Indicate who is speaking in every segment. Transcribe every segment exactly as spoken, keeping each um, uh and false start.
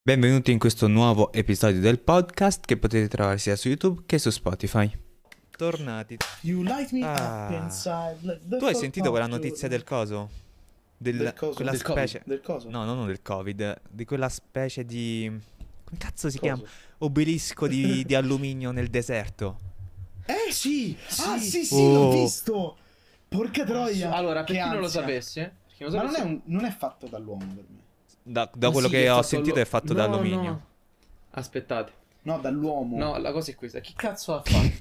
Speaker 1: Benvenuti in questo nuovo episodio del podcast che potete trovare sia su YouTube che su Spotify. Tornati.
Speaker 2: You light me
Speaker 1: Ah.
Speaker 2: up inside, let the
Speaker 1: Tu hai
Speaker 2: fuck
Speaker 1: sentito quella
Speaker 2: up to-
Speaker 1: notizia del coso? Del,
Speaker 2: Del coso?
Speaker 1: quella
Speaker 2: Del
Speaker 1: specie...
Speaker 2: Covid? Del coso?
Speaker 1: No, non del Covid, di quella specie di... Come cazzo si chiama?
Speaker 2: Coso?
Speaker 1: Obelisco di, di alluminio nel deserto.
Speaker 2: Eh sì! Ah sì sì,
Speaker 1: Oh.
Speaker 2: l'ho visto! Porca troia!
Speaker 3: Allora, per
Speaker 2: che
Speaker 3: chi non lo
Speaker 2: ansia.
Speaker 3: sapesse, per chi non lo
Speaker 2: Ma non è,
Speaker 3: sapesse-
Speaker 2: un- non è fatto dall'uomo per me.
Speaker 1: Da, da
Speaker 3: Ma
Speaker 1: quello
Speaker 3: sì,
Speaker 1: che
Speaker 3: è
Speaker 1: ho
Speaker 3: fatto
Speaker 1: sentito
Speaker 3: allo-
Speaker 1: è fatto
Speaker 3: No,
Speaker 1: da alluminio.
Speaker 3: no. Aspettate.
Speaker 2: No, dall'uomo.
Speaker 3: No, la cosa è questa. Chi cazzo ha fatto?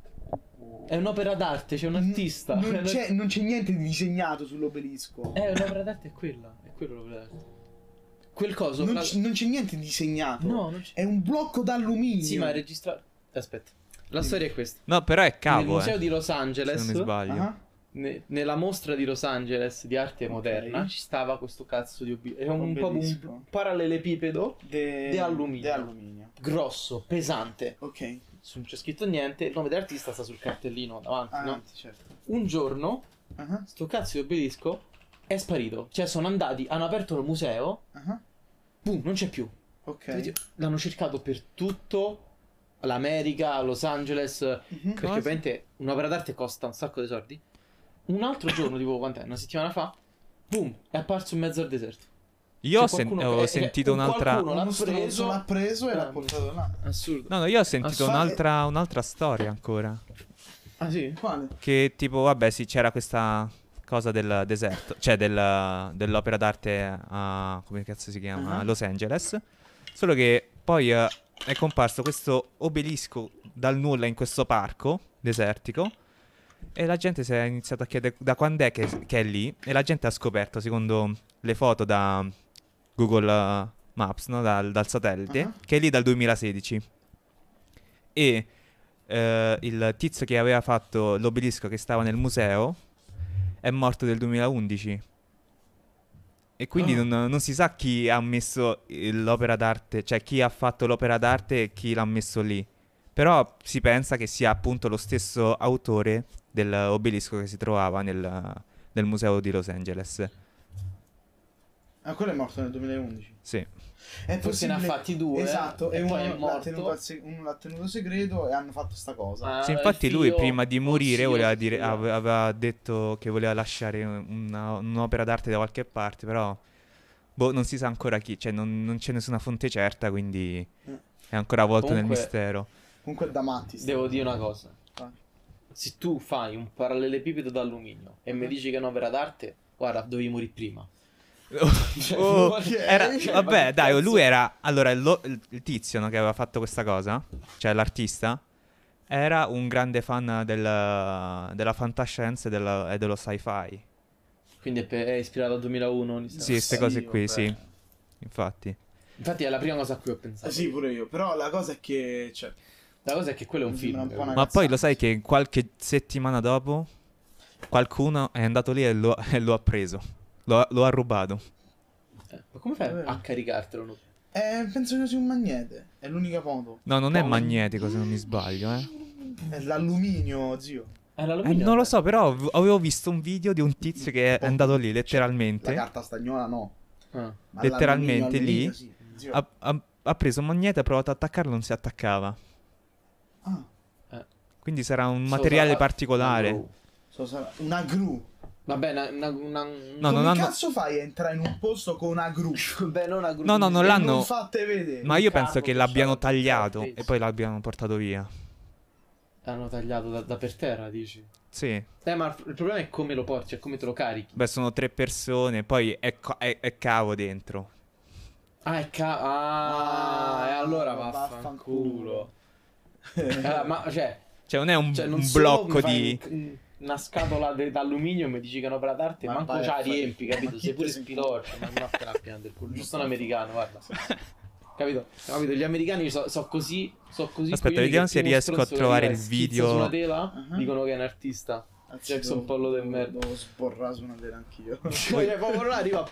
Speaker 3: È un'opera d'arte, c'è un
Speaker 2: N-
Speaker 3: artista.
Speaker 2: Non c'è, non c'è niente di disegnato sull'obelisco.
Speaker 3: È un'opera d'arte, è quella. È quello l'opera d'arte. Quel coso.
Speaker 2: non,
Speaker 3: la-
Speaker 2: c- non c'è niente di disegnato.
Speaker 3: No, non c'è.
Speaker 2: È un blocco d'alluminio.
Speaker 3: Sì, ma è registrato. Aspetta. La storia è questa.
Speaker 1: No, però è
Speaker 3: Nel
Speaker 1: cavo,
Speaker 3: museo
Speaker 1: eh.
Speaker 3: di Los
Speaker 1: Se
Speaker 3: Angeles,
Speaker 1: non mi sbaglio.
Speaker 2: Ah,
Speaker 3: ne- nella mostra di Los Angeles di arte moderna, ci stava questo cazzo di obelisco. È un po'
Speaker 2: Obelisco.
Speaker 3: un parallelepipedo
Speaker 2: de...
Speaker 3: Di alluminio.
Speaker 2: De alluminio.
Speaker 3: grosso, pesante.
Speaker 2: Ok.
Speaker 3: Su- Non c'è scritto niente, il nome dell'artista sta sul cartellino davanti, no?
Speaker 2: Avanti, certo.
Speaker 3: Un giorno,
Speaker 2: Ah,
Speaker 3: sto cazzo di obelisco è sparito. Cioè, sono andati, hanno aperto il museo,
Speaker 2: ah,
Speaker 3: boom, non c'è più.
Speaker 2: ok.
Speaker 3: L'hanno cercato per tutto l'America, Los Angeles,
Speaker 2: Mhm.
Speaker 3: perché
Speaker 1: Cosa?
Speaker 3: ovviamente un'opera d'arte costa un sacco di soldi. Un altro giorno, tipo quant'è? Una settimana fa, boom, è apparso in mezzo al deserto.
Speaker 1: Io ho,
Speaker 3: C'è
Speaker 1: sen-
Speaker 3: qualcuno
Speaker 1: ho
Speaker 3: che-
Speaker 1: sentito
Speaker 3: eh,
Speaker 1: un'altra...
Speaker 3: qualcuno l'ha
Speaker 2: Uno stronzo
Speaker 3: preso.
Speaker 2: l'ha preso e l'ha
Speaker 3: Ah,
Speaker 2: portato là.
Speaker 3: Assurdo.
Speaker 1: No, no, io ho sentito
Speaker 2: Asfa-
Speaker 1: un'altra, un'altra storia ancora.
Speaker 3: Ah sì?
Speaker 2: Quale?
Speaker 1: Che tipo, vabbè, sì, c'era questa cosa del deserto, cioè del- dell'opera d'arte a, come cazzo si chiama,
Speaker 2: Ah.
Speaker 1: a Los Angeles. Solo che poi eh, è comparso questo obelisco dal nulla in questo parco desertico e la gente si è iniziata a chiedere da quando è che, che è lì e la gente ha scoperto, secondo le foto da Google eh, Maps, no, dal, dal satellite,
Speaker 2: Ah.
Speaker 1: che è lì dal duemilasedici. E eh, il tizio che aveva fatto l'obelisco che stava nel museo è morto nel duemilaundici. E quindi
Speaker 2: Ah.
Speaker 1: non, non si sa chi ha messo il- l'opera d'arte, cioè chi ha fatto l'opera d'arte e chi l'ha messo lì. Però si pensa che sia appunto lo stesso autore dell'obelisco che si trovava nel, nel museo di Los Angeles.
Speaker 2: Ah, quello è morto nel duemilaundici.
Speaker 1: Sì.
Speaker 2: È
Speaker 3: Forse ne ha
Speaker 2: possibile-
Speaker 3: fatti due,
Speaker 2: Esatto,
Speaker 3: e
Speaker 2: e
Speaker 3: poi
Speaker 2: uno
Speaker 3: è
Speaker 2: l'ha
Speaker 3: morto.
Speaker 2: tenuto, al se- uno l'ha tenuto segreto e hanno fatto sta cosa.
Speaker 3: Ah,
Speaker 1: Sì, infatti
Speaker 3: il
Speaker 1: lui
Speaker 3: figlio-
Speaker 1: prima di
Speaker 3: oh,
Speaker 1: morire
Speaker 3: sì,
Speaker 1: voleva
Speaker 3: oh,
Speaker 1: dire,
Speaker 3: sì,
Speaker 1: ave- aveva detto che voleva lasciare una- un'opera d'arte da qualche parte, però boh, non si sa ancora chi, cioè non, non c'è nessuna fonte certa, quindi è ancora avvolto nel
Speaker 3: Comunque-
Speaker 1: mistero.
Speaker 2: Comunque è da matti. sta
Speaker 3: Devo
Speaker 2: cosa.
Speaker 3: dire una cosa.
Speaker 2: Vai.
Speaker 3: Se tu fai un parallelepipedo d'alluminio e mi dici che è un'opera d'arte, guarda, dovevi morire prima. Cioè,
Speaker 1: Oh,
Speaker 3: ok.
Speaker 1: era-
Speaker 3: Cioè, ma
Speaker 1: vabbè,
Speaker 3: che
Speaker 1: dai,
Speaker 3: cazzo?
Speaker 1: lui era. Allora, il, lo- il- il tizio, no, che aveva fatto questa cosa, cioè l'artista, era un grande fan del- della fantascienza e, della- e dello sci-fi.
Speaker 3: Quindi è, pe- è ispirato al duemilauno. ogni-
Speaker 1: Sì, queste
Speaker 2: sì,
Speaker 1: cose qui,
Speaker 2: vabbè.
Speaker 1: sì. Infatti.
Speaker 3: Infatti è la prima cosa a cui ho
Speaker 2: Eh
Speaker 3: pensato.
Speaker 2: sì, pure io. Però la cosa è che, cioè,
Speaker 3: La cosa è che quello è un
Speaker 2: Mi
Speaker 3: film.
Speaker 2: sembra un po'
Speaker 3: capito?
Speaker 2: una-
Speaker 1: Ma poi lo
Speaker 2: cazzata.
Speaker 1: sai che qualche settimana dopo qualcuno è andato lì e lo, e lo ha preso. Lo, lo ha rubato.
Speaker 3: Eh, ma come fai
Speaker 2: Vabbè.
Speaker 3: a caricartelo? no?
Speaker 2: eh, penso che sia un magnete. È l'unica modo.
Speaker 1: No, non è
Speaker 3: Come?
Speaker 1: magnetico se non mi sbaglio, eh.
Speaker 2: È l'alluminio, zio.
Speaker 3: È
Speaker 1: Eh,
Speaker 3: l'alluminio.
Speaker 1: non lo so, però av- avevo visto un video di un tizio che è andato lì
Speaker 2: La
Speaker 1: letteralmente.
Speaker 2: carta stagnola no.
Speaker 3: Ah.
Speaker 2: Ma
Speaker 1: Letteralmente
Speaker 2: l'alluminio,
Speaker 1: lì.
Speaker 2: alluminio, sì, zio.
Speaker 1: Ha, ha- ha preso un magnete, ha provato ad attaccarlo, non si attaccava.
Speaker 2: Ah,
Speaker 1: Quindi sarà un
Speaker 3: So-
Speaker 1: materiale
Speaker 3: sarà-
Speaker 1: particolare.
Speaker 3: Oh.
Speaker 2: so- sarà- una gru.
Speaker 3: Vabbè, una, una, una-
Speaker 1: No, non
Speaker 2: Come
Speaker 1: hanno-
Speaker 2: cazzo fai a entrare in un posto con una gru?
Speaker 3: Beh, non una gru-
Speaker 1: No, no, non
Speaker 2: E
Speaker 1: l'hanno-
Speaker 2: Non fate vedere.
Speaker 1: Ma io
Speaker 3: carro
Speaker 1: penso che
Speaker 3: che
Speaker 1: l'abbiano
Speaker 3: c'era dentro
Speaker 1: tagliato
Speaker 3: la
Speaker 1: e
Speaker 3: pezza.
Speaker 1: poi l'abbiano portato via.
Speaker 3: Hanno tagliato da, da per terra, dici?
Speaker 1: Sì.
Speaker 3: Eh, ma il problema è come lo porti, è come te lo carichi.
Speaker 1: Beh, sono tre persone, poi è, co- è- è cavo dentro.
Speaker 3: Ah, è ca... Ah,
Speaker 2: Ah,
Speaker 3: e allora
Speaker 2: vaffanculo.
Speaker 3: vaffanculo. Eh, ma, cioè,
Speaker 1: Cioè, non è un,
Speaker 3: cioè non
Speaker 1: un
Speaker 3: solo
Speaker 1: blocco
Speaker 3: mi fai
Speaker 1: di...
Speaker 3: un- una scatola de- d'alluminio e mi dici che è un'opera d'arte,
Speaker 2: Ma
Speaker 3: manco
Speaker 2: vai
Speaker 3: già
Speaker 2: a fare-
Speaker 3: riempi, capito?
Speaker 2: ma chi
Speaker 3: Sei pure
Speaker 2: te sei-
Speaker 3: spilorcio, ma non appena piano del culo. Giusto un americano, guarda. Capito? Capito? Gli americani so, so così, so così.
Speaker 1: Aspetta,
Speaker 3: coglioni
Speaker 1: vediamo
Speaker 3: che
Speaker 1: se
Speaker 3: uno
Speaker 1: riesco a
Speaker 3: stronzo che
Speaker 1: trovare
Speaker 3: arriva
Speaker 1: il
Speaker 3: e schizza
Speaker 1: video.
Speaker 3: su una tela,
Speaker 2: Ah.
Speaker 3: dicono che è un artista. Jackson Pollo del merda.
Speaker 2: Devo sborrare su una tela anch'io.
Speaker 3: Cioè, proprio là arriva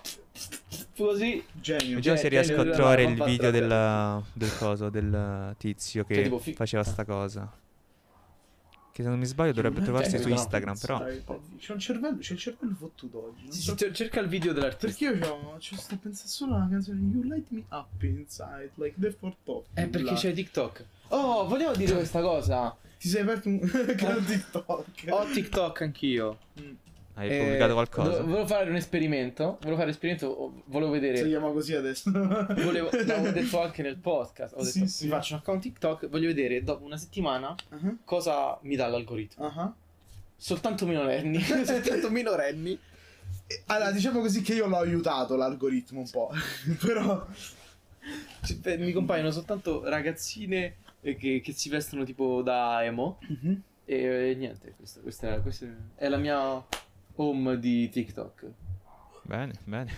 Speaker 3: così.
Speaker 2: Genio.
Speaker 1: Vediamo se
Speaker 3: Cioè,
Speaker 1: riesco a
Speaker 3: genio,
Speaker 1: trovare
Speaker 3: la
Speaker 1: il
Speaker 3: pappa
Speaker 1: video
Speaker 3: tra-
Speaker 1: del, del coso, del tizio che
Speaker 3: Cioè, tipo fi-
Speaker 1: faceva sta cosa. Che se non mi sbaglio dovrebbe
Speaker 2: Cioè,
Speaker 1: trovarsi su
Speaker 3: no,
Speaker 1: Instagram, però.
Speaker 2: Dai, c'è un cervello, c'è il cervello fottuto oggi. Non
Speaker 3: Sì,
Speaker 2: so-
Speaker 3: sì, cerca il video dell'artista.
Speaker 2: Perché io c'ho, c'ho sto pensando solo alla canzone You Light Me Up Inside, like the four top.
Speaker 3: Eh, perché c'è TikTok. Oh, volevo dire questa cosa.
Speaker 2: Ti sei aperto un canale TikTok.
Speaker 3: Ho TikTok anch'io.
Speaker 2: Mm.
Speaker 1: Hai
Speaker 3: Eh,
Speaker 1: pubblicato qualcosa?
Speaker 3: do- volevo fare un esperimento. Volevo fare un esperimento. oh, Volevo vedere.
Speaker 2: Si chiama così adesso.
Speaker 3: Volevo, l'avevo detto anche nel podcast. Ho detto,
Speaker 2: Sì, sì.
Speaker 3: mi faccio un account TikTok. Voglio vedere dopo una settimana
Speaker 2: Uh-huh.
Speaker 3: cosa mi dà l'algoritmo.
Speaker 2: Uh-huh.
Speaker 3: Soltanto minorenni. Soltanto minorenni.
Speaker 2: Allora, diciamo così che io l'ho aiutato l'algoritmo un po'. Però
Speaker 3: Cioè, beh, mi compaiono soltanto ragazzine eh, che, che si vestono tipo da emo.
Speaker 2: Mhm.
Speaker 3: E, e niente, questa, questa, è- questa è la mia home di TikTok.
Speaker 1: Bene, bene.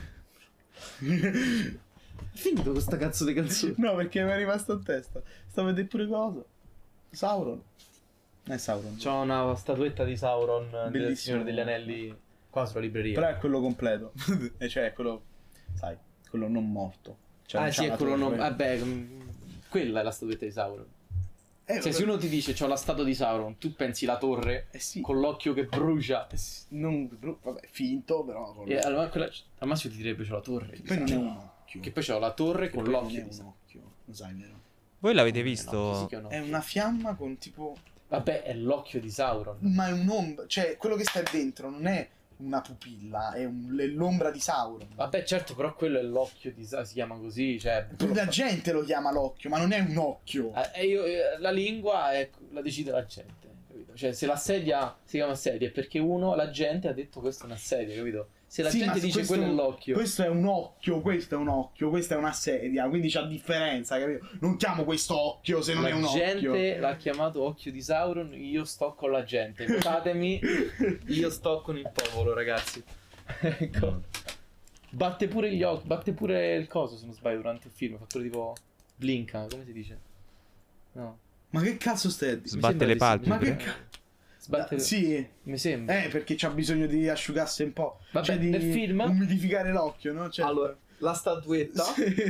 Speaker 3: Finito questa cazzo di canzone.
Speaker 2: No, perché mi è rimasto in testa. Stavo a vedere pure cosa. Sauron. Non è Sauron.
Speaker 3: C'ho una statuetta di Sauron del
Speaker 2: Bellissimo.
Speaker 3: Signore degli Anelli qua sulla libreria.
Speaker 2: Però è quello completo. E cioè è quello, sai, quello non morto. Cioè,
Speaker 3: ah
Speaker 2: non
Speaker 3: sì,
Speaker 2: c'ha
Speaker 3: è
Speaker 2: la
Speaker 3: quello
Speaker 2: torre.
Speaker 3: non... Vabbè, mm, quella è la statuetta di Sauron.
Speaker 2: Eh,
Speaker 3: Cioè,
Speaker 2: vabbè.
Speaker 3: se uno ti dice c'ho la statua di Sauron, tu pensi la torre
Speaker 2: Eh sì.
Speaker 3: con l'occhio che brucia.
Speaker 2: Eh sì, non, vabbè, finto, però con
Speaker 3: E allora quella, al massimo ti direbbe c'ho la torre. di
Speaker 2: poi non è
Speaker 3: Sauron.
Speaker 2: un occhio.
Speaker 3: Che poi c'ho la torre
Speaker 2: Che
Speaker 3: con
Speaker 2: poi non
Speaker 3: l'occhio
Speaker 2: è
Speaker 3: di
Speaker 2: un
Speaker 3: Sauron.
Speaker 2: occhio. Lo sai, vero?
Speaker 1: Voi l'avete
Speaker 3: No,
Speaker 1: visto?
Speaker 3: sì che è un
Speaker 2: È
Speaker 3: occhio.
Speaker 2: una fiamma con tipo...
Speaker 3: Vabbè, è l'occhio di Sauron.
Speaker 2: Ma è un'ombra. Cioè, quello che sta dentro non è una pupilla, è, un- è l'ombra di Sauron.
Speaker 3: Vabbè, certo, però quello è l'occhio di Sauron, si chiama così, cioè...
Speaker 2: La gente lo chiama l'occhio, ma non è un occhio.
Speaker 3: Eh, e io, eh, la lingua è, la decide la gente, capito? Cioè, se la sedia si chiama sedia è perché uno, la gente ha detto questa è una sedia, capito? Se la
Speaker 2: Sì,
Speaker 3: gente
Speaker 2: ma
Speaker 3: dice
Speaker 2: questo-
Speaker 3: quello è l'occhio.
Speaker 2: Questo è un occhio, questo è un occhio, questa è una sedia, quindi c'ha differenza, capito? Non chiamo questo occhio se non
Speaker 3: La
Speaker 2: è un
Speaker 3: gente
Speaker 2: occhio.
Speaker 3: l'ha chiamato occhio di Sauron, io sto con la gente. Votatemi, io sto con il popolo, ragazzi. Ecco. Batte pure gli occhi, batte pure il coso, se non sbaglio, durante il film. Fa quello tipo blinka, come si dice? No.
Speaker 2: Ma che cazzo stai a dire?
Speaker 3: Mi
Speaker 1: Sbatte
Speaker 3: sembra
Speaker 1: le
Speaker 3: di sì,
Speaker 1: palpebre.
Speaker 3: mi
Speaker 2: Ma che
Speaker 3: sembra.
Speaker 2: cazzo?
Speaker 3: Sbatte...
Speaker 2: Sì,
Speaker 3: Mi sembra.
Speaker 2: eh, perché c'ha bisogno di asciugarsi un po'.
Speaker 3: Vabbè,
Speaker 2: Cioè di
Speaker 3: nel film-
Speaker 2: umidificare l'occhio, no? Cioè...
Speaker 3: Allora, la statuetta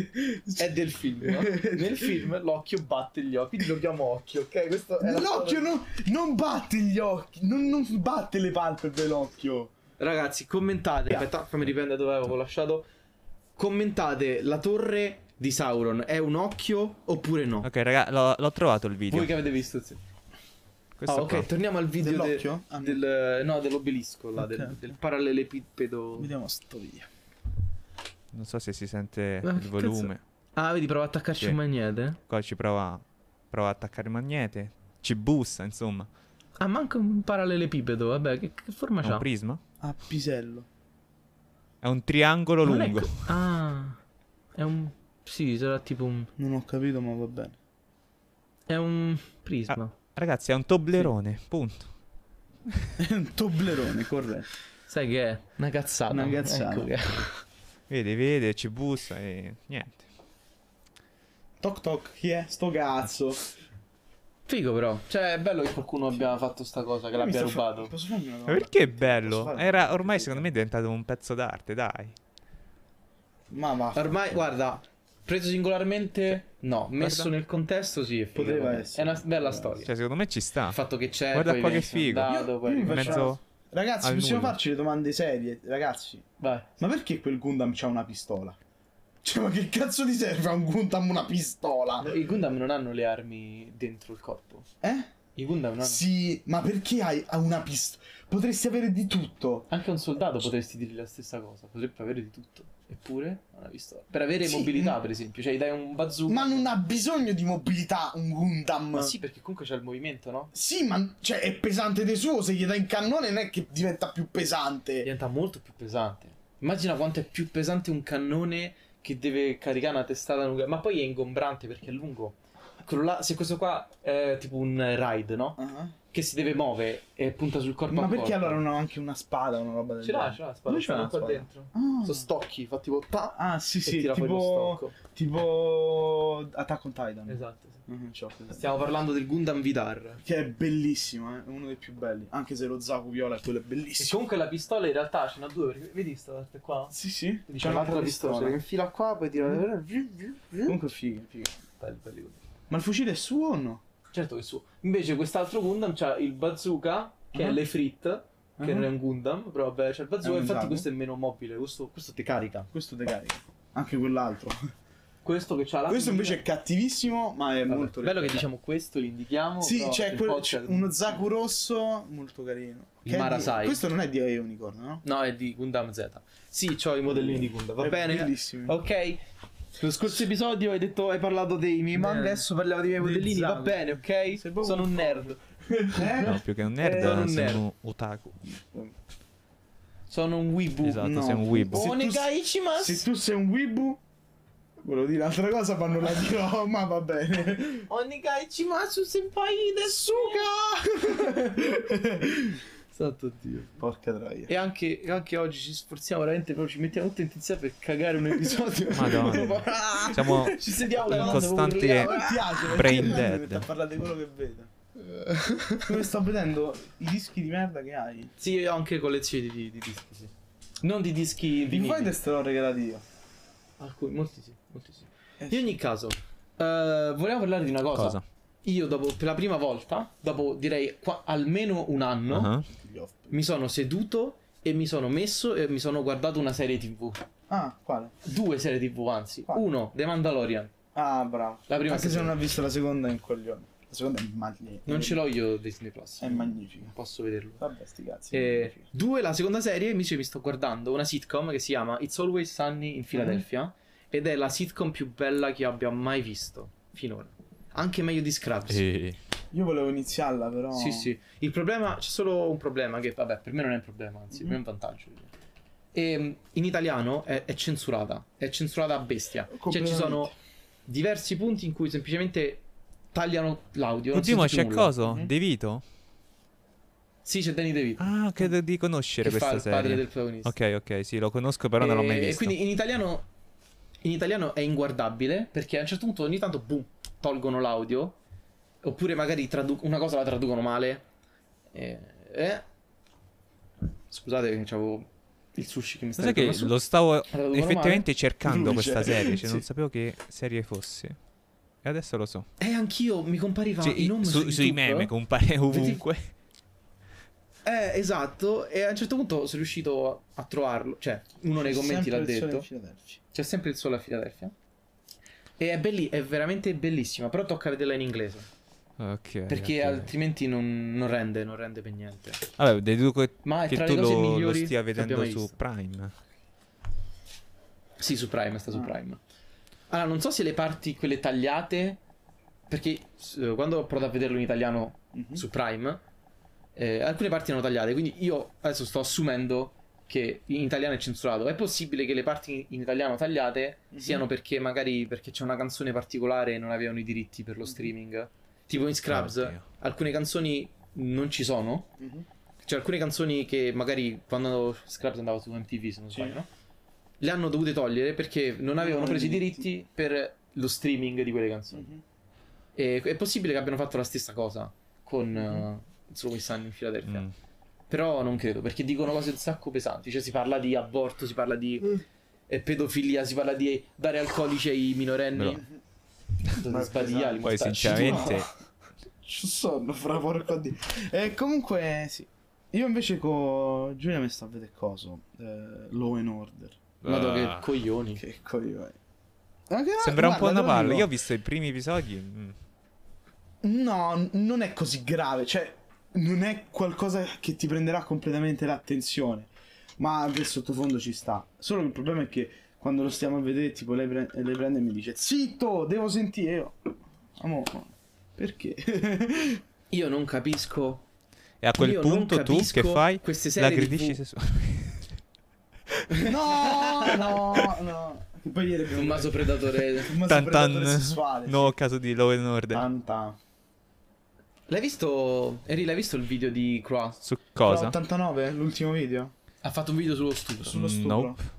Speaker 3: è del film. No? Nel film l'occhio batte gli occhi, quindi lo chiamo occhio, ok? Questo è la
Speaker 2: L'occhio
Speaker 3: storia-
Speaker 2: non, non batte gli occhi, non, non batte le palpebre l'occhio.
Speaker 3: Ragazzi, commentate. Aspetta, fammi riprendere dove avevo lasciato. Commentate, la torre di Sauron è un occhio oppure no?
Speaker 1: Ok, raga, l'ho, l'ho trovato il video.
Speaker 3: Voi che avete visto? Sì.
Speaker 1: Questo
Speaker 3: Ah, ok,
Speaker 1: qua.
Speaker 3: torniamo al video de-
Speaker 2: Dell'occhio? Ah, no.
Speaker 3: del, no, dell'obelisco, là,
Speaker 2: Ok,
Speaker 3: del,
Speaker 2: ok.
Speaker 3: del parallelepipedo.
Speaker 2: Vediamo sto video.
Speaker 1: Non so se si sente
Speaker 3: Ma
Speaker 1: il
Speaker 3: che
Speaker 1: volume.
Speaker 3: Ah, vedi, prova a attaccarci
Speaker 1: Sì.
Speaker 3: un magnete.
Speaker 1: Qua ci prova, prova a attaccare il magnete. Ci bussa, insomma.
Speaker 3: Ah, manca un parallelepipedo, vabbè, che, che forma
Speaker 1: È
Speaker 3: c'ha?
Speaker 1: un prisma?
Speaker 2: A pisello.
Speaker 1: È un triangolo
Speaker 3: Non è
Speaker 1: lungo.
Speaker 3: co- Ah, è un... Sì, sarà tipo un...
Speaker 2: Non ho capito, ma va bene.
Speaker 3: È un prisma.
Speaker 1: Ah. Ragazzi, è un toblerone, punto.
Speaker 2: È un toblerone, corretto.
Speaker 3: Sai che è? Una cazzata.
Speaker 2: Una cazzata.
Speaker 3: Ecco che è.
Speaker 1: Vede, vede, ci bussa e niente.
Speaker 2: Toc toc, chi è? Sto cazzo.
Speaker 3: Figo però. Cioè, è bello che qualcuno abbia fatto sta cosa, che l'abbia
Speaker 2: Mi sta fa-
Speaker 3: rubato.
Speaker 2: Posso farmi una
Speaker 1: Ma
Speaker 2: domanda?
Speaker 1: perché è
Speaker 2: Posso
Speaker 1: bello?
Speaker 2: fare-
Speaker 1: Era ormai secondo me è diventato un pezzo d'arte, dai.
Speaker 2: Ma va.
Speaker 3: Ormai, guarda, preso singolarmente, no. Messo
Speaker 1: Guarda.
Speaker 3: nel contesto, sì, è figo.
Speaker 2: Poteva essere.
Speaker 3: È una bella
Speaker 2: Poteva
Speaker 3: storia.
Speaker 1: Cioè, secondo me ci sta.
Speaker 3: Il fatto che c'è,
Speaker 1: Guarda
Speaker 3: poi
Speaker 1: qua che
Speaker 3: viene
Speaker 1: figo.
Speaker 3: soldato,
Speaker 2: Io-
Speaker 3: poi
Speaker 2: io mi
Speaker 1: In
Speaker 2: faccio-
Speaker 1: mezzo...
Speaker 2: Ragazzi,
Speaker 1: al
Speaker 2: possiamo
Speaker 1: nulla.
Speaker 2: farci le domande serie? Ragazzi,
Speaker 3: Vai.
Speaker 2: ma perché quel Gundam c'ha una pistola? Cioè, ma che cazzo ti serve a un Gundam una pistola?
Speaker 3: I Gundam non hanno le armi dentro il corpo.
Speaker 2: Eh?
Speaker 3: I Gundam non hanno...
Speaker 2: Sì, ma perché hai ha una pistola? Potresti avere di tutto.
Speaker 3: Anche a un soldato potresti dirgli la stessa cosa. Potrebbe avere di tutto. Eppure ha una pistola. Per avere
Speaker 2: Sì,
Speaker 3: mobilità,
Speaker 2: mm.
Speaker 3: per esempio. Cioè, gli dai un bazooka.
Speaker 2: Ma non ha bisogno di mobilità un Gundam.
Speaker 3: Ma sì, perché comunque c'è il movimento, no?
Speaker 2: Sì, ma cioè, è pesante di suo. Se gli dai in cannone non è che diventa più pesante.
Speaker 3: Diventa molto più pesante. Immagina quanto è più pesante un cannone che deve caricare una testata nucleare. Ma poi è ingombrante perché è lungo. Quello là, se questo qua è tipo un ride, no?
Speaker 2: Ah.
Speaker 3: Che si deve muovere e punta sul corpo.
Speaker 2: Ma
Speaker 3: a
Speaker 2: perché
Speaker 3: corpo.
Speaker 2: allora non ha anche una spada o una roba del
Speaker 3: Ce l'ha,
Speaker 2: genere?
Speaker 3: ce l'ha la spada.
Speaker 2: Dove c'è la
Speaker 3: qua
Speaker 2: spada?
Speaker 3: dentro.
Speaker 2: Ah.
Speaker 3: Sono stocchi, fa tipo pa.
Speaker 2: Ah, sì,
Speaker 3: E
Speaker 2: sì,
Speaker 3: tira fuori lo
Speaker 2: tipo
Speaker 3: stocco.
Speaker 2: tipo Attack on Titan.
Speaker 3: Esatto, sì.
Speaker 2: Mhm, c'ho presente.
Speaker 3: Stiamo parlando del Gundam Vidar.
Speaker 2: Che è bellissimo, eh? È uno dei più belli. Anche se lo Zaku viola, quello è
Speaker 3: E
Speaker 2: bellissimo.
Speaker 3: comunque la pistola in realtà ce n'ha due, perché vedi sta parte qua?
Speaker 2: Sì, sì.
Speaker 3: Quindi c'è un'altra pistola,
Speaker 2: pistola.
Speaker 3: che infila qua, poi tira.
Speaker 2: Comunque è figo, figo.
Speaker 3: Belli, belli quelli.
Speaker 2: Ma il fucile è suo o no?
Speaker 3: Certo che è suo. Invece quest'altro Gundam c'ha il bazooka, che
Speaker 2: Uh-huh.
Speaker 3: è l'Efrit, che
Speaker 2: Uh-huh.
Speaker 3: non è un Gundam, però vabbè, c'è il bazooka,
Speaker 2: un
Speaker 3: infatti
Speaker 2: Zaku.
Speaker 3: questo è meno mobile, questo, questo ti carica.
Speaker 2: Questo te carica. Anche quell'altro.
Speaker 3: Questo che c'ha la
Speaker 2: Questo
Speaker 3: figlia-
Speaker 2: invece è cattivissimo, ma è
Speaker 3: Vabbè,
Speaker 2: molto
Speaker 3: bello che
Speaker 2: leggero.
Speaker 3: diciamo questo, li indichiamo.
Speaker 2: Sì,
Speaker 3: però
Speaker 2: c'è,
Speaker 3: il
Speaker 2: quel-
Speaker 3: podcast-
Speaker 2: c'è uno Zaku rosso molto carino.
Speaker 3: Il
Speaker 2: Che è di-
Speaker 3: Marasai.
Speaker 2: Questo non è di Unicorn, no?
Speaker 3: No, è di Gundam Z. Sì, c'ho i modellini di Gundam, va
Speaker 2: È
Speaker 3: bene?
Speaker 2: bellissimi.
Speaker 3: Ok. Lo scorso episodio hai detto hai parlato dei miei manga,
Speaker 2: Bene.
Speaker 3: adesso parliamo dei miei
Speaker 2: Dei
Speaker 3: modellini, va
Speaker 2: Zaku.
Speaker 3: bene, ok?
Speaker 2: Sei proprio
Speaker 3: Sono un
Speaker 2: un
Speaker 3: nerd.
Speaker 2: Eh?
Speaker 1: No, più che un nerd,
Speaker 3: Sono un
Speaker 1: sei
Speaker 3: nerd.
Speaker 1: un otaku.
Speaker 3: Sono un wibu.
Speaker 1: Esatto,
Speaker 2: no.
Speaker 1: sei un weeb.
Speaker 2: Se tu-
Speaker 3: Onegai ichimasu.
Speaker 2: Se tu sei un wibu, volevo dire un'altra cosa, ma non la dirò, ma va bene.
Speaker 3: Onegai ichimasu senpai desu.
Speaker 2: Suga!
Speaker 3: Santo Dio.
Speaker 2: Porca troia.
Speaker 3: E anche, e anche oggi ci sforziamo veramente, proprio ci mettiamo tutto in tensione per cagare un episodio.
Speaker 1: Madonna. Siamo
Speaker 3: Ci sediamo
Speaker 1: in
Speaker 3: davanti,
Speaker 1: costante
Speaker 3: urliamo.
Speaker 2: Mi piace, perché
Speaker 1: brain
Speaker 2: mi
Speaker 1: dead.
Speaker 2: mette a parlare di quello che vedo. Come sto vedendo i dischi di merda che hai.
Speaker 3: Sì, io ho anche collezioni di, di dischi, sì. Non di dischi
Speaker 2: Di
Speaker 3: vinili.
Speaker 2: Void te l'ho regalato io.
Speaker 3: Alcuni, molti sì, molti sì.
Speaker 2: Eh,
Speaker 3: In ogni caso, eh, volevo parlare di una cosa.
Speaker 1: cosa?
Speaker 3: Io dopo, per la prima volta, dopo direi qua- almeno un anno,
Speaker 1: Ah,
Speaker 2: Gli off.
Speaker 3: mi sono seduto e mi sono messo e mi sono guardato una serie tv.
Speaker 2: Ah, quale?
Speaker 3: Due serie tv, anzi.
Speaker 2: Quale?
Speaker 3: Uno, The Mandalorian.
Speaker 2: Ah, bravo.
Speaker 3: La prima
Speaker 2: Anche se
Speaker 3: stagione.
Speaker 2: non ho visto la seconda è un coglione. La seconda è magnifica.
Speaker 3: Non ce l'ho io Disney Plus.
Speaker 2: È magnifica.
Speaker 3: Non posso vederlo.
Speaker 2: Vabbè, sti cazzi. è
Speaker 3: E
Speaker 2: magnifica.
Speaker 3: due, la seconda serie invece mi sto guardando una sitcom che si chiama It's Always Sunny in Philadelphia ed è la sitcom più bella che abbia mai visto finora. Anche meglio di Scrubs.
Speaker 1: eh,
Speaker 2: Io volevo iniziarla, però.
Speaker 3: Sì, sì. Il problema, c'è solo un problema che, vabbè, per me non è un problema, anzi, per me è un vantaggio. E, in italiano è, è censurata, è censurata a bestia. Cioè ci
Speaker 2: Completamente.
Speaker 3: sono diversi punti in cui semplicemente tagliano l'audio. non si
Speaker 1: Ultimo
Speaker 3: sente
Speaker 1: c'è
Speaker 3: più nulla.
Speaker 1: coso?
Speaker 2: Mhm.
Speaker 1: De Vito?
Speaker 3: Sì, c'è Danny DeVito.
Speaker 1: Ah, credo di conoscere
Speaker 3: che fa
Speaker 1: questa
Speaker 3: il padre
Speaker 1: serie.
Speaker 3: del protagonista.
Speaker 1: Ok, ok, sì, lo conosco, però non l'ho mai
Speaker 3: E-
Speaker 1: visto.
Speaker 3: E quindi in italiano, in italiano è inguardabile perché a un certo punto ogni tanto boom, tolgono l'audio. Oppure magari tradu- una cosa la traducono male. E, e- Scusate che c'avevo il sushi che mi sta
Speaker 1: Sai che
Speaker 3: ritornando su.
Speaker 1: lo stavo
Speaker 3: traducono
Speaker 1: effettivamente
Speaker 3: male.
Speaker 1: cercando
Speaker 2: Lui
Speaker 1: questa
Speaker 2: c'è.
Speaker 1: serie, cioè
Speaker 2: Sì.
Speaker 1: non sapevo che serie fosse. E adesso lo so.
Speaker 3: Eh, anch'io mi compariva
Speaker 1: Cioè,
Speaker 3: i nomi
Speaker 1: su-
Speaker 3: su
Speaker 1: sui
Speaker 3: YouTube.
Speaker 1: meme compare ovunque.
Speaker 3: Eh, esatto. E a un certo punto sono riuscito a trovarlo. Cioè, uno nei commenti l'ha
Speaker 2: Sempre il sole
Speaker 3: detto.
Speaker 2: in Philadelphia.
Speaker 3: C'è sempre il sole a Philadelphia. E è, belli- è veramente bellissima. Però tocca vederla in inglese.
Speaker 1: Ok.
Speaker 3: Perché
Speaker 1: ok.
Speaker 3: altrimenti non, non rende, non rende per niente.
Speaker 1: Vabbè, deduco
Speaker 3: Ma è
Speaker 1: che
Speaker 3: tra
Speaker 1: tu
Speaker 3: le cose
Speaker 1: lo, lo
Speaker 3: migliori
Speaker 1: stia
Speaker 3: che
Speaker 1: vedendo
Speaker 3: abbia mai
Speaker 1: su
Speaker 3: visto.
Speaker 1: Prime.
Speaker 3: Sì, su Prime, sta su
Speaker 2: Ah.
Speaker 3: Prime. Allora, non so se le parti, quelle tagliate. Perché eh, quando ho provato a vederlo in italiano
Speaker 2: Mhm.
Speaker 3: su Prime, eh, alcune parti erano tagliate. Quindi io adesso sto assumendo che in italiano è censurato. È possibile che le parti in italiano tagliate
Speaker 2: Mhm.
Speaker 3: siano perché magari perché c'è una canzone particolare e non avevano i diritti per lo streaming. Tipo in Scrubs,
Speaker 1: Oddio.
Speaker 3: alcune canzoni non ci sono.
Speaker 2: Mhm.
Speaker 3: Cioè alcune canzoni che magari quando Scrubs andava su M T V, se non
Speaker 2: Sì.
Speaker 3: sbaglio, no? Le hanno dovute togliere perché non avevano
Speaker 2: Non
Speaker 3: preso i
Speaker 2: i
Speaker 3: diritti
Speaker 2: diritti.
Speaker 3: per lo streaming di quelle canzoni.
Speaker 2: Mhm.
Speaker 3: E è possibile che abbiano fatto la stessa cosa con
Speaker 2: Mhm.
Speaker 3: uh, It's Always Sunny in Philadelphia.
Speaker 1: Mm.
Speaker 3: Però non credo, perché dicono cose un sacco pesanti. Cioè si parla di aborto, si parla di eh, pedofilia, si parla di dare alcolici ai minorenni.
Speaker 1: Però-
Speaker 2: Ma è
Speaker 3: Sbadigliali,
Speaker 1: Poi
Speaker 3: mostacci.
Speaker 1: sinceramente
Speaker 2: Ci sono, fra porco di. E comunque, sì. Io invece con Giulia mi sto a vedere coso. Eh, Law and Order.
Speaker 3: Madonna,
Speaker 1: Ah.
Speaker 3: che coglioni.
Speaker 2: Che coglione. Anche-
Speaker 1: sembra un po'
Speaker 2: guarda,
Speaker 1: una
Speaker 2: te lo
Speaker 1: palla.
Speaker 2: dico.
Speaker 1: Io ho visto i primi episodi. mm.
Speaker 2: No, n- non è così grave. Cioè, non è qualcosa che ti prenderà completamente l'attenzione. Ma del sottofondo ci sta. Solo che il problema è che quando lo stiamo a vedere, tipo, lei, pre- lei prende e mi dice: Zitto, devo sentire. Io, Amo, perché?
Speaker 3: Io non capisco.
Speaker 1: E a quel
Speaker 3: Io non
Speaker 1: punto tu
Speaker 3: capisco
Speaker 1: che fai?
Speaker 3: queste
Speaker 1: La
Speaker 3: serie
Speaker 1: aggredisci
Speaker 3: tivù.
Speaker 1: sessualmente.
Speaker 2: No, no, no. Che poi ieri abbiamo
Speaker 3: Un maso predatore.
Speaker 2: un maso
Speaker 1: Tan tan.
Speaker 2: predatore sessuale.
Speaker 1: No, caso di Law and Order.
Speaker 2: Tan tan.
Speaker 3: L'hai visto? Eri, l'hai visto il video di Croix?
Speaker 1: Su cosa?
Speaker 2: ottantanove, l'ultimo video.
Speaker 3: Ha fatto un video sullo stupro.
Speaker 2: Sullo
Speaker 1: Mm,
Speaker 2: stupro.
Speaker 1: nope.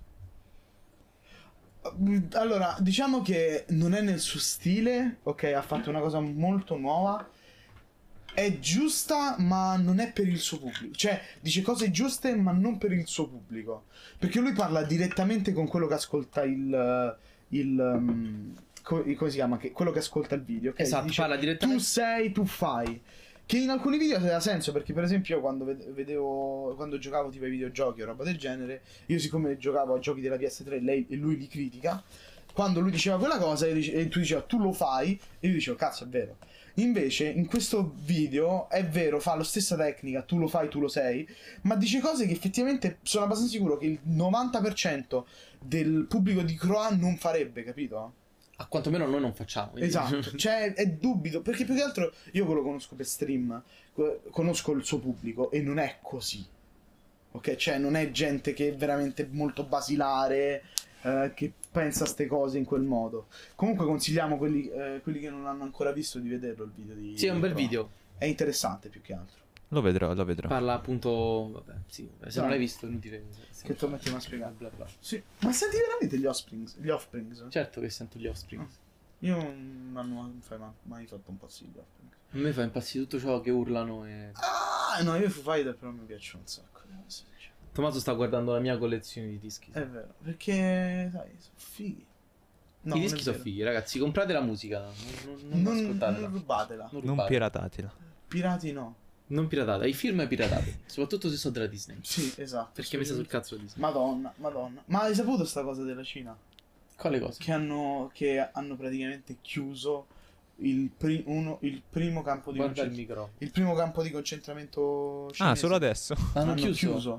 Speaker 2: Allora, diciamo che non è nel suo stile, ok, ha fatto una cosa molto nuova. È giusta, ma non è per il suo pubblico. Cioè, dice cose giuste, ma non per il suo pubblico. Perché lui parla direttamente con quello che ascolta il, il, um, co- come si chiama? Che, quello che ascolta il video, ok?
Speaker 3: Esatto,
Speaker 2: Dice,
Speaker 3: parla direttamente.
Speaker 2: tu sei, tu fai. Che in alcuni video ha senso, perché per esempio io quando ved- vedevo, quando giocavo tipo ai videogiochi o roba del genere, io siccome giocavo a giochi della P S tre lei, e lui li critica, quando lui diceva quella cosa io dice- e tu dicevi tu lo fai, e io dicevo cazzo è vero. Invece in questo video è vero, fa la stessa tecnica, tu lo fai, tu lo sei, ma dice cose che effettivamente sono abbastanza sicuro che il novanta per cento del pubblico di Croà non farebbe, capito?
Speaker 3: A quantomeno noi non facciamo. quindi-
Speaker 2: Esatto, cioè è dubito, perché più che altro io quello conosco per stream, co- conosco il suo pubblico e non è così. Ok, cioè non è gente che è veramente molto basilare, eh, che pensa a ste cose in quel modo. Comunque consigliamo quelli, eh, quelli che non l'hanno ancora visto di vederlo il video di
Speaker 3: Sì, è un bel
Speaker 2: Pro.
Speaker 3: video.
Speaker 2: È interessante più che altro.
Speaker 1: Lo vedrò, lo vedrò.
Speaker 3: Parla appunto. Vabbè, sì, vabbè, se
Speaker 2: No.
Speaker 3: non l'hai visto è inutile. sì.
Speaker 2: Che tu mettiamo a spiegare.
Speaker 3: Bla bla.
Speaker 2: Sì, ma senti veramente gli Offsprings? Gli Offsprings?
Speaker 3: Certo che sento gli Offspring.
Speaker 2: Io non mi hanno fai ma- mai fatto un po' sì gli Offsprings.
Speaker 3: A me fa impazzire tutto ciò che urlano e.
Speaker 2: Ah, no, io i Foo Fighter però mi piacciono un sacco. devo essere sincero.
Speaker 3: Tommaso sta guardando la mia collezione di dischi.
Speaker 2: È vero, perché, sai, sono fighi. No,
Speaker 3: I
Speaker 2: non
Speaker 3: dischi
Speaker 2: è
Speaker 3: sono
Speaker 2: vero.
Speaker 3: fighi, ragazzi. Comprate la musica. Non, non, non
Speaker 2: Non,
Speaker 3: ascoltatela.
Speaker 2: non rubatela.
Speaker 3: Non
Speaker 1: Non
Speaker 3: rubate.
Speaker 1: piratatela.
Speaker 2: Pirati no.
Speaker 3: Non piratate. I film piratate. Soprattutto se sono della Disney.
Speaker 2: Sì, esatto.
Speaker 3: Perché mi sta sul cazzo la Disney.
Speaker 2: Madonna, madonna. Ma hai saputo sta cosa della Cina?
Speaker 3: Quale cosa?
Speaker 2: Che hanno, che hanno praticamente chiuso il, pri- uno, il primo campo di
Speaker 3: Guarda il
Speaker 2: concentramento.
Speaker 3: micro.
Speaker 2: Il primo campo di concentramento cinese.
Speaker 1: Ah, solo adesso.
Speaker 3: Hanno
Speaker 2: Hanno
Speaker 3: chiuso.
Speaker 2: chiuso.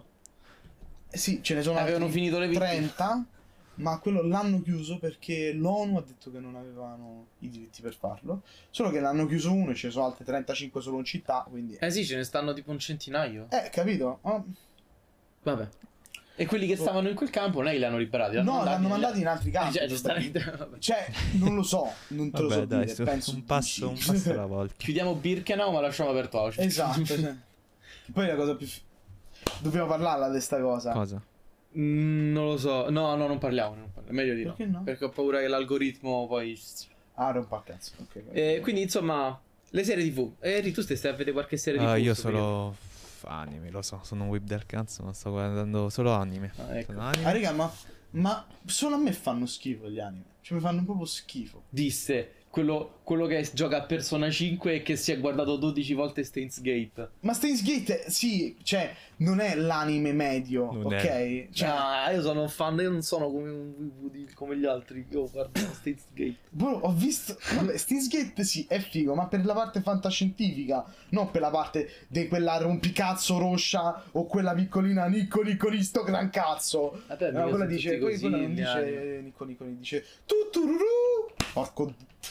Speaker 2: Eh sì, ce ne sono
Speaker 3: Avevano
Speaker 2: altri
Speaker 3: finito le vittime.
Speaker 2: trenta, ma quello l'hanno chiuso perché l'ONU ha detto che non avevano i diritti per farlo. Solo che l'hanno chiuso uno e ce ne sono altri trentacinque solo in città, quindi...
Speaker 3: Eh sì, ce ne stanno tipo un centinaio.
Speaker 2: Eh, capito? Oh,
Speaker 3: Vabbè. E quelli che stavano in quel campo non è che li hanno liberati.
Speaker 2: no, l'hanno
Speaker 3: mandati
Speaker 2: mandati in altri campi.
Speaker 3: Cioè, giustamente. Vabbè.
Speaker 2: Cioè, non lo so, non te lo
Speaker 1: Vabbè,
Speaker 2: so
Speaker 1: dai,
Speaker 2: dire,
Speaker 1: su-
Speaker 2: penso
Speaker 1: un
Speaker 2: di
Speaker 1: passo, un
Speaker 2: sì.
Speaker 1: passo alla volta.
Speaker 3: Chiudiamo Birkenau ma lasciamo aperto Auschwitz.
Speaker 2: Esatto. Cioè. Poi la cosa più... f- Dobbiamo parlarla di sta cosa.
Speaker 1: Cosa?
Speaker 3: Mm, non lo so. No, no, non parliamo. Non parliamo. Meglio di no.
Speaker 2: Perché no?
Speaker 3: Perché ho paura che l'algoritmo poi...
Speaker 2: Ah, rompa il cazzo. Ok, vai.
Speaker 3: Eh, quindi insomma, le serie tv. Eh, Eri tu stai stai a vedere qualche serie tv?
Speaker 1: Ah, io
Speaker 3: sto periodo?
Speaker 1: solo f- anime, lo so, sono un whip del cazzo, ma sto guardando solo anime.
Speaker 3: Ah, ecco.
Speaker 1: Sono
Speaker 2: Ah,
Speaker 1: anime.
Speaker 2: raga, ma, ma solo a me fanno schifo gli anime. Cioè, mi fanno proprio schifo.
Speaker 3: Disse quello, quello che gioca a Persona cinque e che si è guardato dodici volte Steins Gate.
Speaker 2: Ma Steins Gate, sì, cioè, non è l'anime medio,
Speaker 1: Non
Speaker 2: ok?
Speaker 1: è.
Speaker 2: Cioè,
Speaker 3: Ah, io sono un fan, io non sono come, un- come gli altri. Io guardo Steins Gate.
Speaker 2: boh, ho visto... Vabbè, Steins Gate sì, è figo, ma per la parte fantascientifica, non per la parte di quella rompicazzo roscia o quella piccolina Nicco Niccoli sto gran cazzo.
Speaker 3: Vabbè,
Speaker 2: No,
Speaker 3: mica
Speaker 2: quella
Speaker 3: sono
Speaker 2: dice,
Speaker 3: tutti
Speaker 2: poi
Speaker 3: così,
Speaker 2: quella non
Speaker 3: gli anime.
Speaker 2: dice Nicco Niccoli, dice tuttururu. Porco...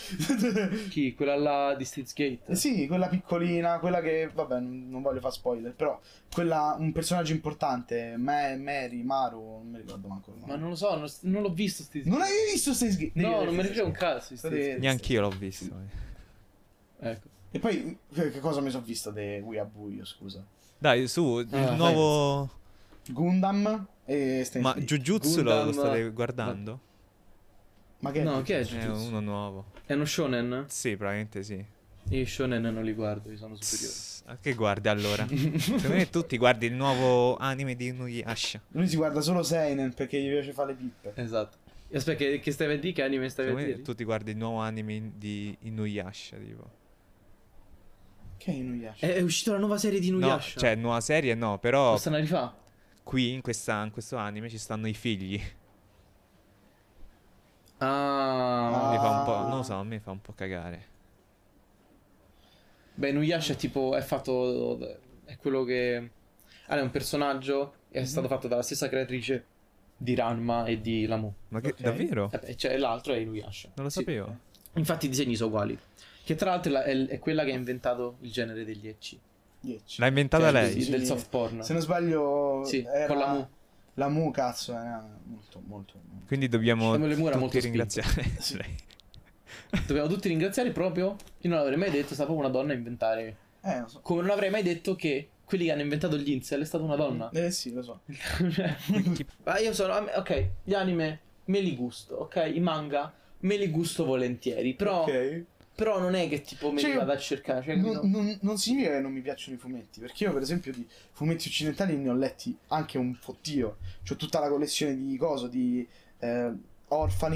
Speaker 3: Chi? Quella là di Steins Gate?
Speaker 2: Eh sì, quella piccolina, quella che, vabbè, non, non voglio fare spoiler, però quella, un personaggio importante, Ma- Mary, Maru, non mi ricordo manco il nome.
Speaker 3: Ma non lo so, non, non l'ho visto Steins
Speaker 2: Non
Speaker 3: Gate.
Speaker 2: hai visto Steins Gate?
Speaker 3: No, non me ne frega un cazzo di
Speaker 2: State-
Speaker 3: Steins Gate.
Speaker 1: Neanch'io l'ho visto. eh.
Speaker 3: Ecco.
Speaker 2: E poi, che che cosa mi sono visto di Weeaboo, scusa?
Speaker 1: Dai, su, il
Speaker 3: Ah,
Speaker 1: nuovo...
Speaker 2: Gundam e Steins
Speaker 1: Ma
Speaker 2: Gate.
Speaker 1: Jujutsu lo,
Speaker 3: Gundam-
Speaker 1: lo state guardando?
Speaker 2: Ma che
Speaker 3: No,
Speaker 2: è?
Speaker 3: che è
Speaker 1: È
Speaker 3: Jujutsu?
Speaker 1: uno nuovo.
Speaker 3: È uno shonen?
Speaker 1: Sì, probabilmente sì.
Speaker 3: Io i shonen non li guardo, io sono superiore.
Speaker 1: Pss, a che guardi allora? Secondo me tutti guardi il nuovo anime di Inuyasha.
Speaker 2: Lui si guarda solo Seinen perché gli piace fare le pippe.
Speaker 3: Esatto. E aspetta, che, che stai a vedere? Che anime stai a
Speaker 1: Secondo me
Speaker 3: vedere?
Speaker 1: tutti guardi il nuovo anime di Inuyasha, tipo.
Speaker 2: Che è Inuyasha?
Speaker 3: È, è uscita la nuova serie di
Speaker 1: No,
Speaker 3: Inuyasha.
Speaker 1: cioè nuova serie no, però
Speaker 3: Lo stanno a rifà?
Speaker 1: qui in, questa, in questo anime ci stanno i figli.
Speaker 3: Ah.
Speaker 1: Mi fa un po',
Speaker 2: Ah.
Speaker 1: non lo so, a me fa un po' cagare.
Speaker 3: Beh, Inuyasha è tipo, è fatto, è quello che... Allora, è un personaggio, è
Speaker 2: Mhm.
Speaker 3: stato fatto dalla stessa creatrice di Ranma e di Lamu.
Speaker 1: Ma che
Speaker 2: Ok.
Speaker 1: davvero?
Speaker 3: E beh, cioè, l'altro è Inuyasha.
Speaker 1: Non lo
Speaker 3: Sì.
Speaker 1: sapevo.
Speaker 3: Infatti i disegni sono uguali. Che tra l'altro è, la- è- è quella che ha inventato il genere degli ecchi.
Speaker 2: dieci.
Speaker 1: L'ha inventata
Speaker 3: Cioè,
Speaker 1: lei.
Speaker 3: del, del soft porn.
Speaker 2: Se non sbaglio,
Speaker 3: Sì,
Speaker 2: era...
Speaker 3: con la Mu.
Speaker 2: La Mu, cazzo, era molto, molto... molto-
Speaker 1: Quindi dobbiamo
Speaker 3: Samuele Mu era
Speaker 1: tutti
Speaker 3: molto spinto.
Speaker 1: ringraziare
Speaker 2: Sì.
Speaker 1: lei.
Speaker 3: Dobbiamo tutti ringraziare proprio. Io non l'avrei mai detto, è stata proprio una donna a inventare.
Speaker 2: Eh, lo so.
Speaker 3: Come non avrei mai detto che quelli che hanno inventato gli incel è stata una donna.
Speaker 2: Eh sì, lo so.
Speaker 3: Ma io sono. a me- Ok, gli anime me li gusto, ok? I manga me li gusto volentieri. Però,
Speaker 2: Ok.
Speaker 3: però non è che tipo me
Speaker 2: Cioè,
Speaker 3: li vado a cercare. Cioè,
Speaker 2: Non,
Speaker 3: capito?
Speaker 2: non- non significa che non mi piacciono i fumetti, perché io per esempio di fumetti occidentali ne ho letti anche un fottio. C'ho tutta la collezione di coso, di eh, orfani,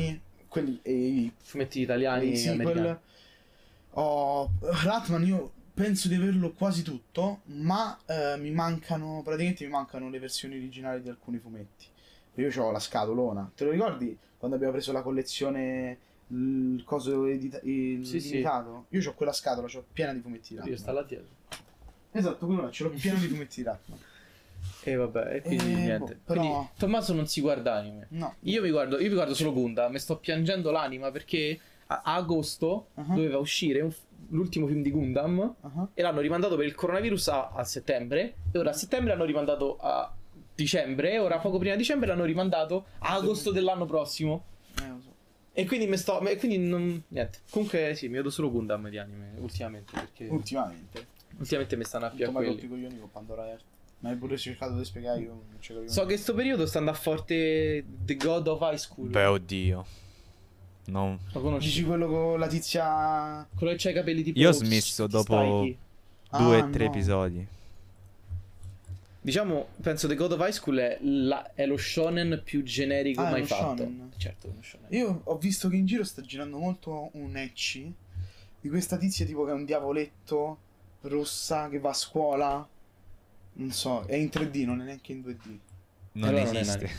Speaker 2: quelli e i
Speaker 3: Fumetti italiani
Speaker 2: i sequel.
Speaker 3: americani.
Speaker 2: Ho Ratman, io penso di averlo quasi tutto, ma eh, mi mancano, praticamente mi mancano le versioni originali di alcuni fumetti. Io ho la scatolona, te lo ricordi quando abbiamo preso la collezione, il coso edita- il
Speaker 3: Sì, sì.
Speaker 2: limitato? Io ho quella scatola, c'ho piena di fumetti di
Speaker 3: Io
Speaker 2: Ratman.
Speaker 3: sta là dietro.
Speaker 2: Esatto, quello là, ce l'ho pieno di fumetti di Ratman.
Speaker 3: E vabbè, e quindi
Speaker 2: Eh,
Speaker 3: niente.
Speaker 2: boh, però-
Speaker 3: Quindi Tommaso non si guarda anime.
Speaker 2: No.
Speaker 3: Io mi guardo, io mi guardo solo Gundam, mi sto piangendo l'anima perché a, a agosto
Speaker 2: Uh-huh.
Speaker 3: doveva uscire un f- l'ultimo film di Gundam
Speaker 2: Uh-huh.
Speaker 3: e l'hanno rimandato per il coronavirus a, a settembre e ora a settembre l'hanno rimandato a dicembre e ora poco prima di dicembre l'hanno rimandato a agosto dell'anno prossimo.
Speaker 2: Eh, lo so.
Speaker 3: E quindi mi sto e quindi non niente. Comunque sì, mi vedo solo Gundam di anime ultimamente perché
Speaker 2: Ultimamente.
Speaker 3: ultimamente mi stanno a più a
Speaker 2: Tommaso
Speaker 3: quelli.
Speaker 2: i coglioni con Pandora Heart. Ma hai pure cercato di spiegare, io non ci capivo.
Speaker 3: So che sto periodo sta andando a forte The God of High School.
Speaker 1: Beh, oddio. Non...
Speaker 3: Lo conosci?
Speaker 2: Dici quello con la tizia...
Speaker 3: Quello che c'ha i capelli tipo
Speaker 1: Io ho smesso
Speaker 3: sti
Speaker 1: dopo
Speaker 3: spikey.
Speaker 1: due o
Speaker 2: Ah,
Speaker 1: tre
Speaker 2: no.
Speaker 1: episodi.
Speaker 3: Diciamo, penso The God of High School è, la- è lo shonen più generico
Speaker 2: Ah, è
Speaker 3: mai
Speaker 2: uno
Speaker 3: fatto.
Speaker 2: shonen.
Speaker 3: Certo, è uno shonen.
Speaker 2: Io ho visto che in giro sta girando molto un ecci di questa tizia tipo che è un diavoletto rossa che va a scuola. Non so, è in tre D, non è neanche in due D.
Speaker 1: Non
Speaker 3: Allora non è
Speaker 1: esiste.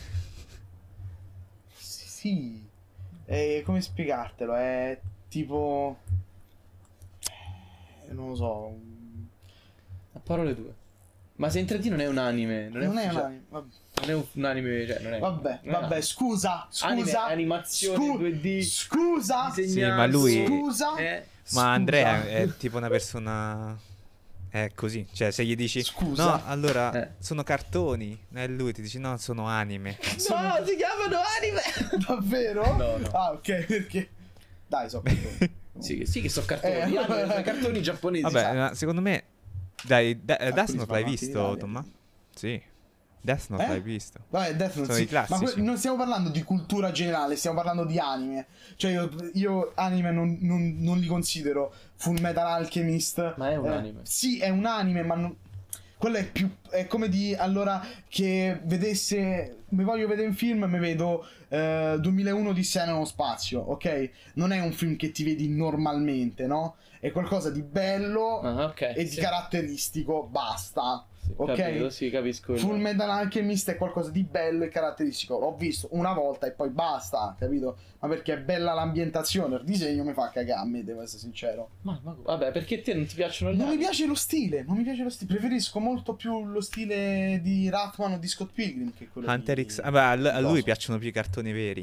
Speaker 2: Sì, sì. E come spiegartelo? È tipo... eh, Non lo so. un-
Speaker 3: A parole tue. Ma se in tre D non è un anime, non è,
Speaker 2: Non è un
Speaker 3: ufficiale-
Speaker 2: anime. Vabbè,
Speaker 3: non è un, un anime, cioè non è.
Speaker 2: vabbè,
Speaker 3: non è un
Speaker 2: vabbè,
Speaker 3: anime.
Speaker 2: scusa,
Speaker 3: Anime
Speaker 2: scusa.
Speaker 3: è animazione
Speaker 2: scu-
Speaker 3: due D.
Speaker 2: Scusa.
Speaker 3: disegnato.
Speaker 1: Sì, ma lui-
Speaker 2: Scusa.
Speaker 3: Eh,
Speaker 1: Ma Andrea
Speaker 2: Scusa.
Speaker 1: è tipo una persona... È così, cioè se gli dici
Speaker 2: Scusa.
Speaker 1: no, allora
Speaker 3: Eh.
Speaker 1: sono cartoni, e lui ti dice no, sono anime.
Speaker 3: No, si chiamano anime.
Speaker 2: Davvero?
Speaker 3: No, no.
Speaker 2: Ah, ok, perché... Dai, so cartoni.
Speaker 3: Sì, sì, che sono cartoni.
Speaker 2: Eh.
Speaker 3: Gli anime sono cartoni giapponesi.
Speaker 1: Vabbè,
Speaker 3: sai.
Speaker 1: ma secondo me dai, da-
Speaker 2: Alcuni
Speaker 1: Death Note l'hai
Speaker 2: sono avanti
Speaker 1: visto,
Speaker 2: d'Italia.
Speaker 1: Tomma? Sì. Death Note
Speaker 2: Eh?
Speaker 1: l'hai visto.
Speaker 2: Vabbè, Death Note
Speaker 1: Sono
Speaker 2: sì.
Speaker 1: i classici.
Speaker 2: Ma que- non stiamo parlando di cultura generale, stiamo parlando di anime. Cioè io, io anime non, non- non li considero. Full Metal Alchemist.
Speaker 3: Ma è un
Speaker 2: eh,
Speaker 3: anime.
Speaker 2: Sì, è un anime, ma non... Quello è più... È come di allora che vedesse... Mi voglio vedere un film e mi vedo eh, duemilauno Odissea nello spazio, ok? Non è un film che ti vedi normalmente, no? È qualcosa di bello
Speaker 3: Ah, ok.
Speaker 2: e di
Speaker 3: Sì.
Speaker 2: caratteristico, basta.
Speaker 3: Sì,
Speaker 2: ok?
Speaker 3: capito, sì, capisco.
Speaker 2: Full Metal Alchemist è qualcosa di bello e caratteristico. L'ho visto una volta e poi basta, capito? Ma perché è bella l'ambientazione, il disegno mi fa cagare a me, devo essere sincero.
Speaker 3: Ma, ma- vabbè, perché te non ti piacciono gli
Speaker 2: Non mi
Speaker 3: anime?
Speaker 2: piace lo stile, non mi piace lo stile. Preferisco molto più lo stile di Ratman o di Scott Pilgrim che quello
Speaker 1: Hunter
Speaker 2: di...
Speaker 1: X... Vabbè, a, l- a lui
Speaker 2: Coso.
Speaker 1: piacciono più i cartoni veri.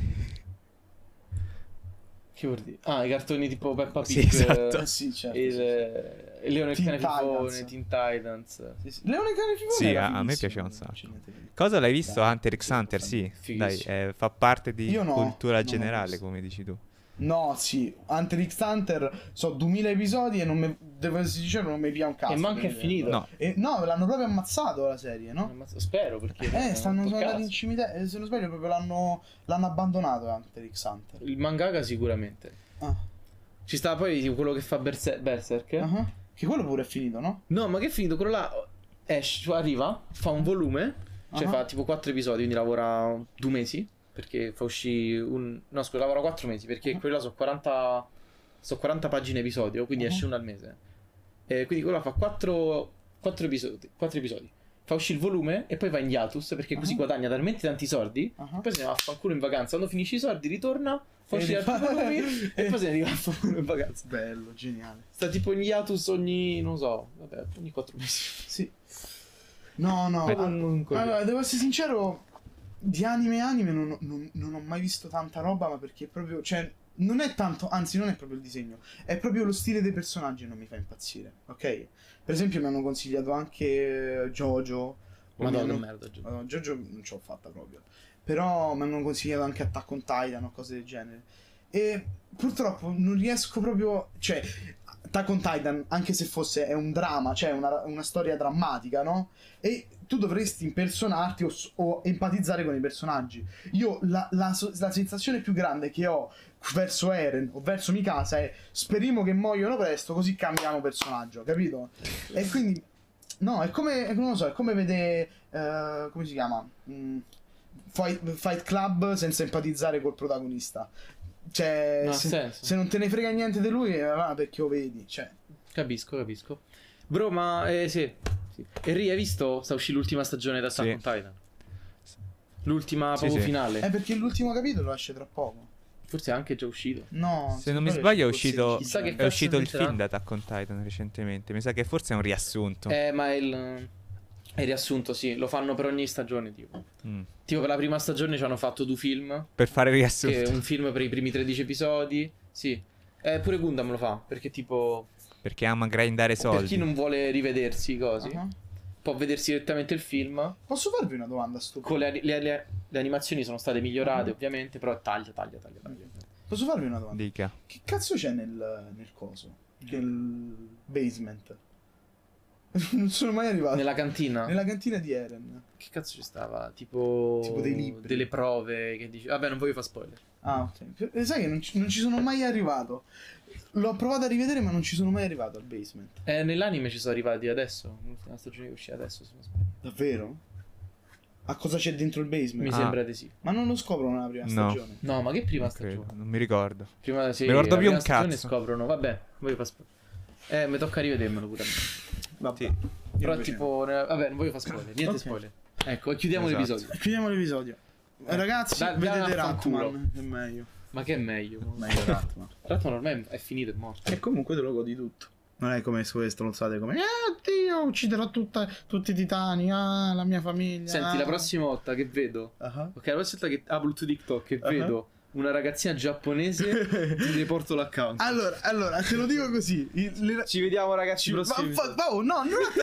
Speaker 3: Che vuol dire? Ah, i cartoni tipo Peppa
Speaker 1: Sì,
Speaker 3: Pig.
Speaker 1: esatto.
Speaker 2: Eh sì, certo.
Speaker 3: Il,
Speaker 2: sì, sì.
Speaker 3: eh, il Leone il
Speaker 2: Teen
Speaker 3: cane fifone,
Speaker 2: Titans.
Speaker 3: Teen Titans.
Speaker 2: Sì, sì. Leone Cane Fifone
Speaker 1: Sì,
Speaker 2: era
Speaker 1: a- a me
Speaker 2: fighissimo,
Speaker 1: piaceva un
Speaker 2: non
Speaker 1: sacco.
Speaker 2: c'è niente da dire.
Speaker 1: Cosa l'hai visto?
Speaker 2: Dai,
Speaker 1: Hunter x
Speaker 2: sì,
Speaker 1: Hunter,
Speaker 2: fa-
Speaker 1: sì.
Speaker 3: fighissimo.
Speaker 1: Dai, eh, fa parte di
Speaker 2: Io no,
Speaker 1: cultura
Speaker 2: non l'ho
Speaker 1: generale,
Speaker 2: visto.
Speaker 1: come dici tu.
Speaker 2: No, sì, Hunter x Hunter so duemila episodi e non mi, devo essere sincero, non mi pia un cazzo.
Speaker 3: E manca è
Speaker 2: quindi-
Speaker 3: finito.
Speaker 1: No.
Speaker 2: E, no, l'hanno proprio ammazzato la serie, no?
Speaker 3: Ma spero perché.
Speaker 2: Eh, stanno sono andati in
Speaker 3: cazzo.
Speaker 2: cimitero, eh, se non sbaglio proprio l'hanno, l'hanno abbandonato Hunter x Hunter.
Speaker 3: Il mangaka sicuramente.
Speaker 2: Ah.
Speaker 3: Ci sta poi quello che fa Berse- Berserk.
Speaker 2: Ah. Che quello pure è finito, no?
Speaker 3: No, ma che è finito? Quello là esce, cioè arriva, fa un volume, cioè
Speaker 2: Ah.
Speaker 3: fa tipo quattro episodi, quindi lavora due mesi. Perché fa uscire un. No, scusa, lavora quattro mesi. Perché
Speaker 2: Ah.
Speaker 3: quello là sono quaranta. Sono quaranta pagine episodio, quindi
Speaker 2: Ah.
Speaker 3: esce uno al mese. E quindi quello là fa quattro episodi. quattro episodi. Fa uscire il volume e poi va in hiatus perché così
Speaker 2: Ah.
Speaker 3: guadagna talmente tanti soldi.
Speaker 2: Ah.
Speaker 3: Poi se ne va a fanculo in vacanza. Quando finisce i soldi, ritorna, fa
Speaker 2: E
Speaker 3: uscire
Speaker 2: rifà-
Speaker 3: altri volumi e poi se ne va a fanculo in vacanza.
Speaker 2: Bello, geniale.
Speaker 3: Sta tipo in hiatus ogni. Non so, vabbè, ogni quattro mesi.
Speaker 2: Sì. No, no.
Speaker 1: Beh,
Speaker 2: ah,
Speaker 3: non- non coglione.
Speaker 2: allora, devo essere sincero, di anime anime non, non- non ho mai visto tanta roba, ma perché proprio, cioè, non è tanto, anzi non è proprio il disegno, è proprio lo stile dei personaggi che non mi fa impazzire, ok? Per esempio mi hanno consigliato anche Jojo. o mi
Speaker 3: Madonna,
Speaker 2: hanno-
Speaker 3: merda. Gio.
Speaker 2: Madonna, Jojo non ce l'ho fatta proprio. Però mi hanno consigliato anche Attack on Titan o cose del genere. E purtroppo non riesco proprio. Cioè, Attack on Titan, anche se fosse è un dramma, cioè una, una storia drammatica, no? E tu dovresti impersonarti o, s- o empatizzare con i personaggi. Io la, la so- la sensazione più grande che ho verso Eren o verso Mikasa è speriamo che muoiono presto, così cambiamo personaggio, capito? E quindi. No, è come. Non lo so, è come vedere. eh, come si chiama? Mm, Fight, Fight Club senza empatizzare col protagonista. Cioè,
Speaker 3: Non ha
Speaker 2: se,
Speaker 3: senso.
Speaker 2: se non te ne frega niente di lui, allora perché lo vedi? Cioè,
Speaker 3: Capisco, capisco. Bro, ma eh, sì. sì. E Ri, hai visto? Sta uscendo l'ultima stagione da Attack
Speaker 1: Sì.
Speaker 3: on Titan. L'ultima
Speaker 1: Sì,
Speaker 3: proprio
Speaker 1: sì.
Speaker 3: finale.
Speaker 2: è perché l'ultimo capitolo esce tra poco.
Speaker 3: Forse è anche già uscito.
Speaker 2: No,
Speaker 1: Se non mi
Speaker 2: quello
Speaker 1: sbaglio è
Speaker 2: col
Speaker 1: uscito,
Speaker 2: sedici
Speaker 3: Chissà che
Speaker 2: dicembre.
Speaker 1: è
Speaker 3: cazzo
Speaker 1: uscito il
Speaker 3: inventerà.
Speaker 1: film da Attack on Titan recentemente. Mi sa che forse è un riassunto.
Speaker 3: Eh, ma è il... È riassunto, sì. Lo fanno per ogni stagione, tipo.
Speaker 1: Mm.
Speaker 3: Tipo per la prima stagione ci hanno fatto due film.
Speaker 1: Per fare il
Speaker 3: Che
Speaker 1: riassunto.
Speaker 3: è un film per i primi tredici episodi. Sì. Eh, pure Gundam lo fa. Perché tipo...
Speaker 1: Perché ama grindare soldi.
Speaker 3: Per chi non vuole rivedersi così,
Speaker 2: Ah.
Speaker 3: può vedersi direttamente il film.
Speaker 2: Posso farvi una domanda stupida?
Speaker 3: Con le, le- le- le animazioni sono state migliorate, ovviamente. Però taglia, taglia, taglia, taglia.
Speaker 2: Posso farvi una domanda?
Speaker 1: Dica.
Speaker 2: Che cazzo c'è nel, nel coso? Nel basement? Non sono mai arrivato.
Speaker 3: Nella cantina.
Speaker 2: Nella cantina di Eren.
Speaker 3: Che cazzo ci stava? Tipo...
Speaker 2: Tipo dei libri.
Speaker 3: Delle prove che dici... Vabbè, non voglio fare spoiler.
Speaker 2: Ah, ok. Eh, Sai che non ci, non ci sono mai arrivato. L'ho provato a rivedere, ma non ci sono mai arrivato al basement.
Speaker 3: Eh, nell'anime ci sono arrivati adesso. L'ultima stagione che uscì adesso, se non sbaglio.
Speaker 2: Davvero? A cosa c'è dentro il basement?
Speaker 3: Mi
Speaker 1: Ah.
Speaker 3: sembra di sì.
Speaker 2: Ma non lo scoprono nella prima
Speaker 1: No.
Speaker 2: stagione.
Speaker 3: No, ma che prima
Speaker 1: Non credo,
Speaker 3: stagione?
Speaker 1: non mi ricordo.
Speaker 3: Prima, sì,
Speaker 1: Mi ricordo
Speaker 3: la
Speaker 1: più
Speaker 3: prima
Speaker 1: un
Speaker 3: stagione
Speaker 1: cazzo.
Speaker 3: scoprono. Vabbè, non voglio fare spoiler. Eh, mi tocca rivedermelo pure a me.
Speaker 2: Vabbè.
Speaker 1: Sì.
Speaker 2: Io
Speaker 3: Però
Speaker 2: invece
Speaker 3: tipo... ne- Vabbè, non voglio fare spoiler. Niente
Speaker 2: Ok.
Speaker 3: spoiler. Ecco, chiudiamo
Speaker 1: Esatto.
Speaker 3: l'episodio.
Speaker 2: no. Chiudiamo l'episodio. Eh, Ragazzi,
Speaker 3: Da- da-
Speaker 2: vedete
Speaker 3: affanculo.
Speaker 2: Ratman. È meglio.
Speaker 3: Ma che è meglio?
Speaker 2: Meglio Ratman.
Speaker 3: Ratman ormai è finito, è morto.
Speaker 2: E comunque te lo godi tutto. Non è come su queste stronzate come ah Dio, ucciderò tutta, tutti i titani, ah, la mia famiglia.
Speaker 3: Senti,
Speaker 2: ah.
Speaker 3: la prossima volta che vedo...
Speaker 2: Ah.
Speaker 3: Ok, la prossima volta che apro il tuo TikTok e
Speaker 2: Ah.
Speaker 3: vedo una ragazzina giapponese, ti riporto l'account.
Speaker 2: Allora, allora, te lo dico così. il- le-
Speaker 3: Ci vediamo ragazzi
Speaker 2: Ma,
Speaker 3: prossimi.
Speaker 2: fa- fa- oh, no, non